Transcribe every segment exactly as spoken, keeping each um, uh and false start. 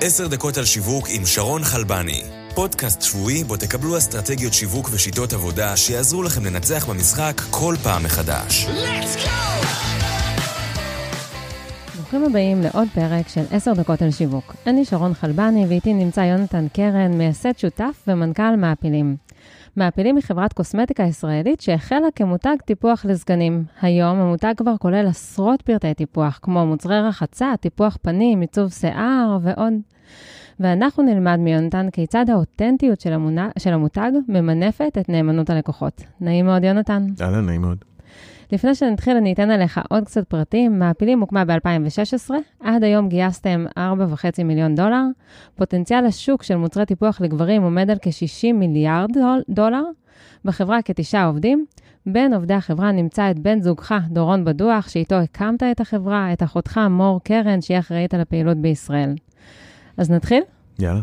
עשר דקות על שיווק עם שרון חלבני. פודקאסט שבועי בו תקבלו אסטרטגיות שיווק ושיטות עבודה שיעזרו לכם לנצח במשחק כל פעם מחדש. Let's go! ברוכים הבאים לעוד פרק של עשר דקות על שיווק. אני שרון חלבני ואיתי נמצא יונתן קרן, מייסד שותף ומנכ"ל מעפילים. מעפילים היא חברת קוסמטיקה ישראלית שהחלה כמותג טיפוח לזקנים. היום המותג כבר כולל עשרות פרטי טיפוח, כמו מוצרי רחצה, טיפוח פנים, עיצוב שיער ועוד. ואנחנו נלמד מיונתן כיצד האותנטיות של, המונה, של המותג ממנפת את נאמנות הלקוחות. נעים מאוד יונתן. יאללה, נעים מאוד. לפני שנתחיל אני אתן עליך עוד קצת פרטים. מעפילים הוקמה ב-אלפיים ושש עשרה, עד היום גייסתם ארבע וחצי מיליון דולר, פוטנציאל השוק של מוצרי טיפוח לגברים עומד על כ-שישים מיליארד דולר, בחברה כתשעה עובדים, בין עובדי החברה נמצא את בן זוגך דורון בדוח, שאיתו הקמת את החברה, את אחותך מור קרן, שהיא אחראית על הפעילות בישראל. אז נתחיל? יאללה.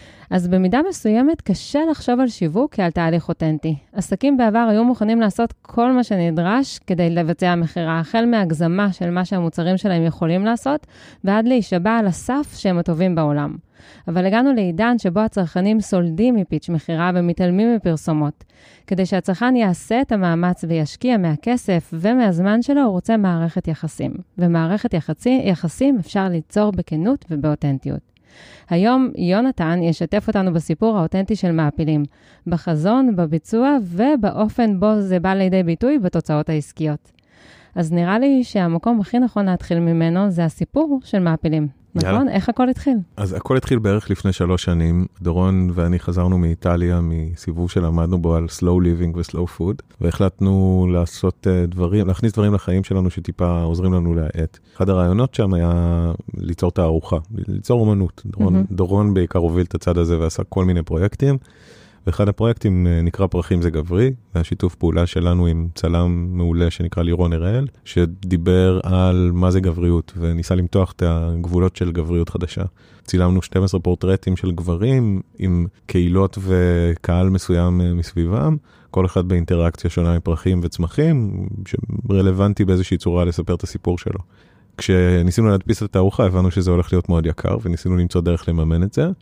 אז במידה מסוימת קשה לחשוב על שיווק כעל תהליך אותנטי. עסקים בעבר היו מוכנים לעשות כל מה שנדרש כדי לבצע מחירה, החל מהגזמה של מה שהמוצרים שלהם יכולים לעשות, ועד להישבע על הסף שהם הטובים בעולם. אבל הגענו לעידן שבו הצרכנים סולדים מפיץ' מחירה ומתעלמים מפרסומות. כדי שהצרכן יעשה את המאמץ וישקיע מהכסף ומהזמן שלו, הוא רוצה מערכת יחסים. ומערכת יחסי, יחסים אפשר ליצור בכנות ובאותנטיות. היום יונתן ישתף אותנו בסיפור האותנטי של מעפילים, בחזון, בביצוע ובאופן בו זה בא לידי ביטוי בתוצאות העסקיות. אז נראה לי שהמקום הכי נכון להתחיל ממנו זה הסיפור של מעפילים. נכון? איך הכל התחיל? אז הכל התחיל בערך לפני שלוש שנים. דורון ואני חזרנו מאיטליה, מסיבוב שלמדנו בו על slow living ו-slow food, והחלטנו לעשות דברים, להכניס דברים לחיים שלנו שטיפה עוזרים לנו להעט. אחד הרעיונות שם היה ליצור תערוכה, ליצור אומנות. דורון, mm-hmm. דורון בעיקר הוביל את הצד הזה ועשה כל מיני פרויקטים, ואחד הפרויקטים נקרא פרחים זה גברי, והשיתוף פעולה שלנו עם צלם מעולה שנקרא לירון הראל, שדיבר על מה זה גבריות, וניסה למתוח את הגבולות של גבריות חדשה. צילמנו שנים עשר פורטרטים של גברים, עם קהילות וקהל מסוים מסביבם, כל אחד באינטראקציה שונה עם פרחים וצמחים, שרלוונטי באיזושהי צורה לספר את הסיפור שלו. כשניסינו להדפיס את התערוכה, הבנו שזה הולך להיות מאוד יקר, וניסינו למצוא דרך לממן את זה.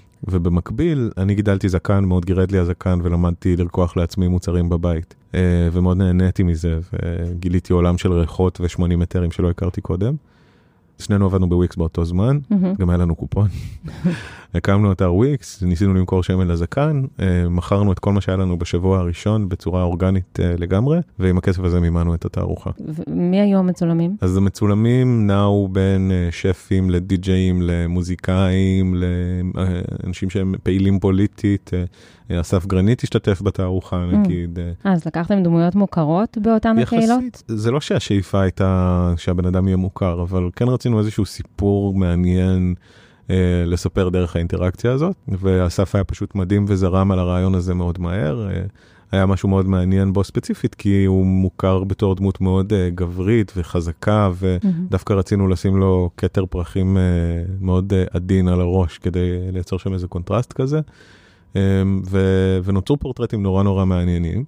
ובמקביל, אני גידלתי זקן, מאוד גירד לי הזקן, ולמדתי לרקוח לעצמי מוצרים בבית. ומאוד נהניתי מזה, וגיליתי עולם של ריחות ושמונים מטרים שלא הכרתי קודם. שנינו עבדנו בוויקס באותו זמן, גם היה לנו קופון. הקמנו את הוויקס, ניסינו למכור שמן לזקן, מכרנו את כל מה שהיה לנו בשבוע הראשון בצורה אורגנית לגמרי, ועם הכסף הזה מימנו את התערוכה. מי היו המצולמים? אז המצולמים נעו בין שפים לדי-ג'אים, למוזיקאים, לאנשים שהם פעילים פוליטית, אסף גרנית השתתף בתערוכה, נגיד. אז לקחתם דמויות מוכרות באותן הקהילות? יחסית, זה לא שהשאיפה הייתה שהבן אדם יהיה מוכר, אבל כן רצינו איזשהו סיפור מעניין אה, לספר דרך האינטראקציה הזאת, ואסף היה פשוט מדהים וזרם על הרעיון הזה מאוד מהר. אה, היה משהו מאוד מעניין בו ספציפית, כי הוא מוכר בתור דמות מאוד אה, גברית וחזקה, ודווקא רצינו לשים לו כתר פרחים אה, מאוד אה, עדין על הראש, כדי לייצר שם איזה קונטרסט כזה. ו- ונוצרו פורטרטים נורא נורא מעניינים,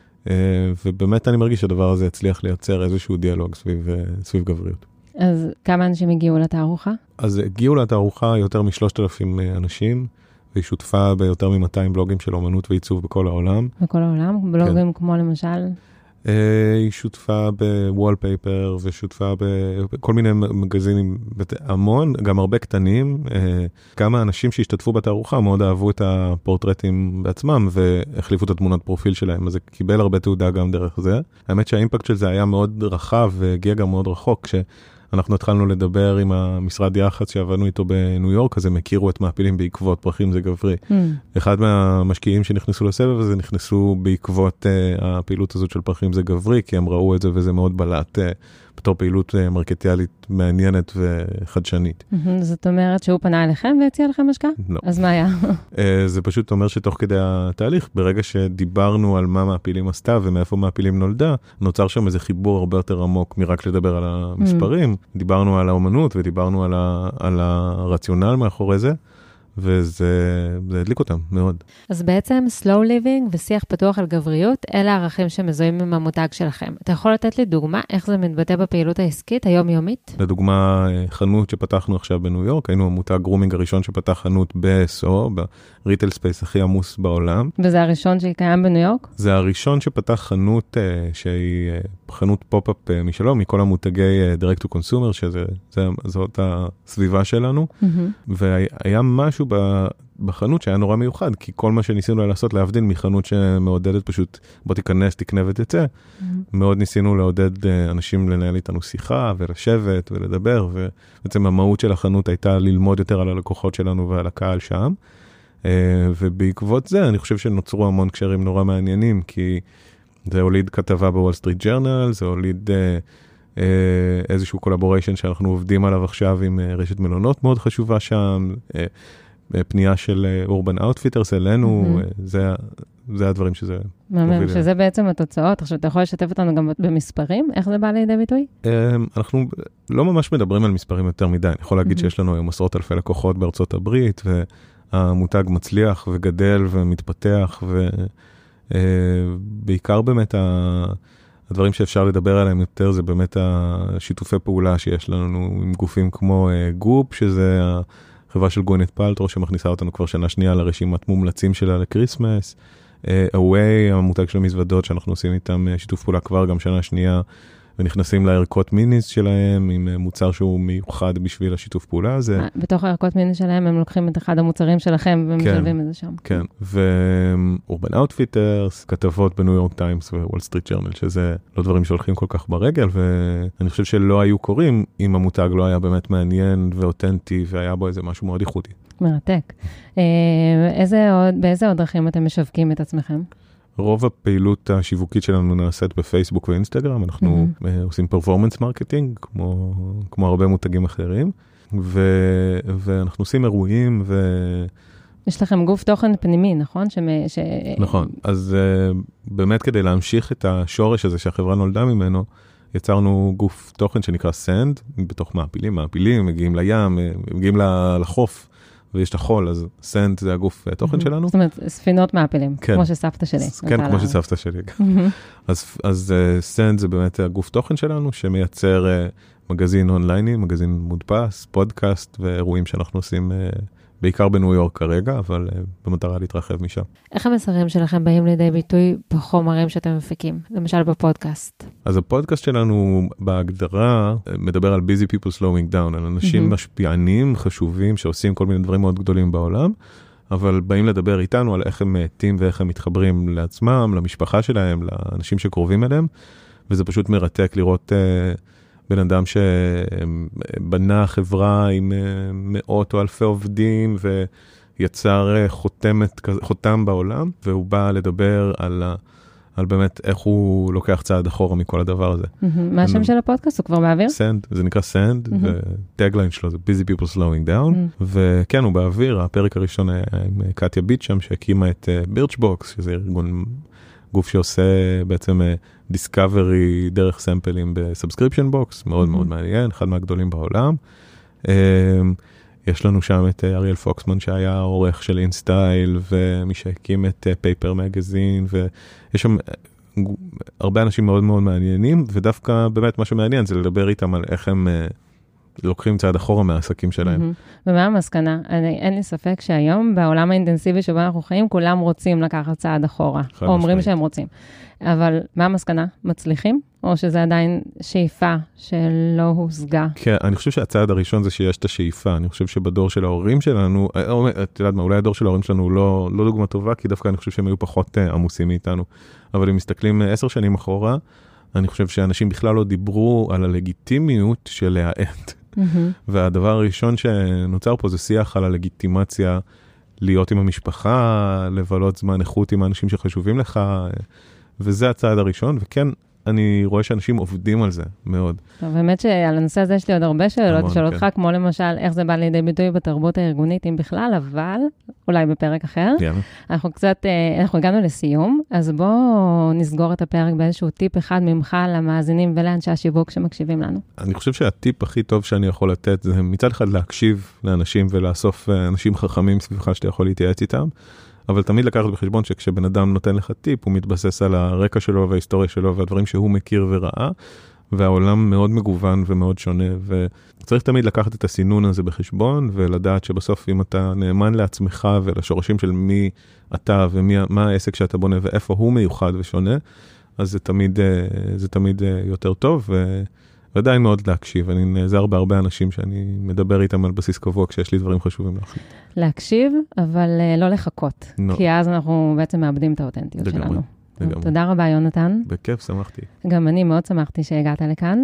ובאמת אני מרגיש שהדבר הזה הצליח לייצר איזשהו דיאלוג סביב, סביב גבריות. אז כמה אנשים הגיעו לתערוכה? אז הגיעו לתערוכה יותר משלושת אלפים אנשים, והיא שותפה ביותר מ-מאתיים בלוגים של אומנות ועיצוב בכל העולם. בכל העולם? בלוגים כמו למשל? היא שותפה בוולפייפר ושותפה בכל מיני מגזינים, המון, גם הרבה קטנים. כמה אנשים שהשתתפו בתערוכה מאוד אהבו את הפורטרטים בעצמם והחליפו את התמונת פרופיל שלהם, אז זה קיבל הרבה תעודה גם דרך זה. האמת שהאימפקט של זה היה מאוד רחב והגיע גם מאוד רחוק, כשאנחנו התחלנו לדבר עם המשרד יח"צ שעבדנו איתו בניו יורק, אז הם הכירו את מעפילים בעקבות פרחים זה גברי. Mm. אחד מהמשקיעים שנכנסו לסבב הזה, נכנסו בעקבות uh, הפעילות הזאת של פרחים זה גברי, כי הם ראו את זה וזה מאוד בלט uh, בתור פעילות uh, מרקטיאלית מעניינת וחדשנית. Mm-hmm, זאת אומרת שהוא פנה אליכם והציע לכם משקע? לא. אז מה היה? uh, זה פשוט אומר שתוך כדי התהליך, ברגע שדיברנו על מה מעפילים עשתה ומאיפה מעפילים נולדה, נוצר שם איזה חיבור הרבה יותר עמוק מרק לדבר על המספרים. Mm-hmm. דיברנו על האומנות ודיברנו על, ה, על הרציונל מאחורי זה, וזה הדליק אותם מאוד. אז בעצם slow living ושיח פתוח על גבריות, אלה הערכים שמזוהים עם המותג שלכם. אתה יכול לתת לי דוגמה איך זה מתבטא בפעילות העסקית היומיומית? לדוגמה, חנות שפתחנו עכשיו בניו יורק, היינו המותג גרומינג הראשון שפתח חנות ב-אס או, בריטל ספייס הכי עמוס בעולם. וזה הראשון שקיים בניו יורק? זה הראשון שפתח חנות שהיא חנות פופ-אפ משלו, מכל המותגי direct to consumer, שזאת הסביבה שלנו, והיה משהו בחנות שהיה נורא מיוחד, כי כל מה שניסינו לעשות להבדיל מחנות שמעודדת פשוט, בוא תיכנס, תקנה ותצא, מאוד ניסינו לעודד אנשים לנהל איתנו שיחה ולשבת ולדבר, ובעצם המהות של החנות הייתה ללמוד יותר על הלקוחות שלנו ועל הקהל שם, ובעקבות זה אני חושב שנוצרו המון קשרים נורא מעניינים, כי זה הוליד כתבה בוול סטריט ג'רנל, זה הוליד איזשהו קולבוריישן שאנחנו עובדים עליו עכשיו עם רשת מלונות מאוד חשובה שם, פנייה של אורבן אאוטפיטרס אלינו, זה, זה הדברים שזה מאמן, שזה בעצם התוצאות. עכשיו, אתה יכול לשתף אותנו גם במספרים? איך זה בא לידי ביטוי? אנחנו לא ממש מדברים על מספרים יותר מדי. אני יכול להגיד שיש לנו היום עשרות אלפי לקוחות בארצות הברית, והמותג מצליח וגדל ומתפתח, ובעיקר באמת הדברים שאפשר לדבר עליהם יותר, זה באמת השיתופי פעולה שיש לנו עם גופים כמו גופ, שזה חברה של גווינית פלטרו, שמכניסה אותנו כבר שנה שנייה לרשימת מומלצים שלה לקריסמס. Away, המותג של המזוודות, שאנחנו עושים איתם שיתוף פעולה כבר גם שנה שנייה, ונכנסים לערכות מיניס שלהם, עם מוצר שהוא מיוחד בשביל השיתוף פעולה הזה. בתוך הערכות מיניס שלהם, הם לוקחים את אחד המוצרים שלכם, ומשלבים את זה שם. כן, ואורבן אאוטפיטרס, כתבות בניו יורק טיימס ווול סטריט ג'רנל, שזה לא דברים שהולכים כל כך ברגל, ואני חושב שלא היו קורים, אם המותג לא היה באמת מעניין ואותנטי, והיה בו איזה משהו מאוד ייחודי. מרתק. איזה עוד, באיזה עוד דרכים אתם משווקים את עצמכם? רוב הפעילות השיווקית שלנו נעשית בפייסבוק ואינסטגרם, אנחנו mm-hmm. עושים פרפורמנס מרקטינג, כמו, כמו הרבה מותגים אחרים, ו, ואנחנו עושים אירועים ו... יש לכם גוף תוכן פנימי, נכון? ש... ש... נכון, אז uh, באמת כדי להמשיך את השורש הזה שהחברה נולדה ממנו, יצרנו גוף תוכן שנקרא סנד, בתוך מעפילים, מעפילים, מגיעים לים, מגיעים לחוף, ויש את החול, אז סנד זה הגוף תוכן שלנו. זאת אומרת, ספינות מעפילים, כמו שסבתא שלי. כן, כמו שסבתא שלי. אז סנד זה באמת הגוף תוכן שלנו, שמייצר מגזין אונלייני, מגזין מודפס, פודקאסט, ואירועים שאנחנו עושים בעיקר בניו יורק כרגע, אבל במטרה להתרחב משם. איך המסרים שלכם באים לידי ביטוי בחומרים שאתם מפיקים? למשל בפודקאסט. אז הפודקאסט שלנו בהגדרה מדבר על busy people slowing down, על אנשים משפיענים, חשובים, שעושים כל מיני דברים מאוד גדולים בעולם, אבל באים לדבר איתנו על איך הם מתים ואיך הם מתחברים לעצמם, למשפחה שלהם, לאנשים שקרובים אליהם, וזה פשוט מרתק לראות בן אדם שבנה חברה עם מאות או אלפי עובדים ויצר חותמת, חותם בעולם, והוא בא לדבר על, על באמת איך הוא לוקח צעד אחורה מכל הדבר הזה. מה השם של הפודקאסט? הוא כבר באוויר? סנד, זה נקרא סנד, וטגליין שלו זה busy people slowing down, וכן, הוא באוויר. הפרק הראשון היה עם קטיה ביטשם, שהקימה את בירצ'בוקס, שזה ארגון גוף שעושה בעצם דיסקאברי דרך סמפלים בסאבסקריפשן בוקס, מאוד מאוד מעניין, אחד מהגדולים בעולם. יש לנו שם את אריאל פוקסמן, שהיה העורך של אינסטייל, ומי שהקים את פייפר מגזין, ויש שם הרבה אנשים מאוד מאוד מעניינים, ודווקא באמת מה שמעניין זה לדבר איתם על איך הם לוקחים צעד אחורה מהעסקים שלהם. ומה המסקנה? אין לי ספק שהיום, בעולם האינטנסיבי שבו אנחנו חיים, כולם רוצים לקחת צעד אחורה, או אומרים שהם רוצים. אבל מה המסקנה? מצליחים? או שזה עדיין שאיפה שלא הושגה? כן, אני חושב שהצעד הראשון זה שיש את השאיפה. אני חושב שבדור של ההורים שלנו, את יודעת מה, אולי הדור של ההורים שלנו לא, לא דוגמה טובה, כי דווקא אני חושב שהם היו פחות עמוסים מאיתנו. אבל אם מסתכלים עשר שנים אחורה, אני חושב שאנשים בכלל לא דיברו על הלגיטימיות של להעט. והדבר הראשון שנוצר פה זה שיח על הלגיטימציה להיות עם המשפחה, לבלות זמן איכות עם האנשים שחשובים לך, וזה הצעד הראשון, וכן, אני רואה שאנשים עובדים על זה מאוד. טוב, באמת שעל הנושא הזה יש לי עוד הרבה שאלות, לשאול אותך, כמו למשל, איך זה בא לידי ביטוי בתרבות הארגונית, אם בכלל, אבל אולי בפרק אחר. אנחנו קצת, אנחנו הגענו לסיום, אז בואו נסגור את הפרק באיזשהו טיפ אחד ממך למאזינים ולאנשי השיווק שמקשיבים לנו. אני חושב שהטיפ הכי טוב שאני יכול לתת, זה מצד אחד להקשיב לאנשים ולאסוף אנשים חכמים סביבך שאתה יכול להתייעץ איתם, אבל תמיד לקחת בחשבון שכשבן אדם נותן לך טיפ, הוא מתבסס על הרקע שלו וההיסטוריה שלו והדברים שהוא מכיר וראה, והעולם מאוד מגוון ומאוד שונה, וצריך תמיד לקחת את הסינון הזה בחשבון, ולדעת שבסוף אם אתה נאמן לעצמך ולשורשים של מי אתה ומה העסק שאתה בונה ואיפה הוא מיוחד ושונה, אז זה תמיד, זה תמיד יותר טוב, ו... ועדיין מאוד להקשיב. אני נעזר בהרבה אנשים שאני מדבר איתם על בסיס קבוע כשיש לי דברים חשובים להחליט. להקשיב, אבל לא לחכות. No. כי אז אנחנו בעצם מאבדים את האותנטיות לגמרי, שלנו. לגמרי. תודה רבה, יונתן. בכיף, שמחתי. גם אני מאוד שמחתי שהגעת לכאן.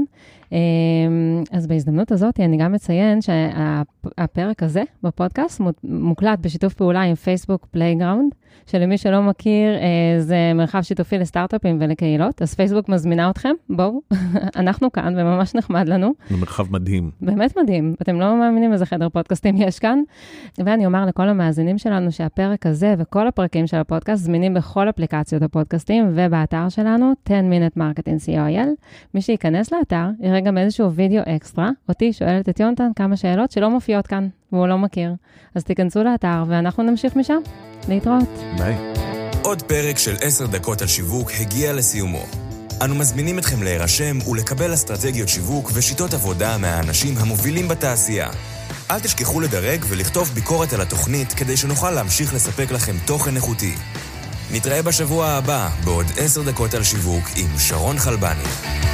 אז בהזדמנות הזאת אני גם מציין שהפרק הזה בפודקאסט מוקלט בשיתוף פעולה עם פייסבוק פלייגראונד, שלמי שלא מכיר, זה מרחב שיתופי לסטארט-אפים ולקהילות, אז פייסבוק מזמינה אתכם, בואו, אנחנו כאן וממש נחמד לנו. זה מרחב מדהים. באמת מדהים, אתם לא מאמינים איזה חדר פודקאסטים יש כאן, ואני אומר לכל המאזינים שלנו שהפרק הזה וכל הפרקים של הפודקאסט זמינים בכל אפליקציות הפודקאסטים ובאתר שלנו, עשר minute marketing סי או איי אל. מי שייכנס לאתר יראה גם איזשהו וידאו אקסטרה, אותי שואלת את יונתן כמה שאלות שלא מופיעות כאן, והוא לא מכיר. אז תיכנסו לאתר ואנחנו נמשיך משם. להתראות. ביי. עוד פרק של עשר דקות על שיווק הגיע לסיומו. אנו מזמינים אתכם להירשם ולקבל אסטרטגיות שיווק ושיטות עבודה מהאנשים המובילים בתעשייה. אל תשכחו לדרג ולכתוב ביקורת על התוכנית כדי שנוכל להמשיך לספק לכם תוכן איכותי. נתראה בשבוע הבא בעוד עשר דקות על שיווק עם שרון חלבני.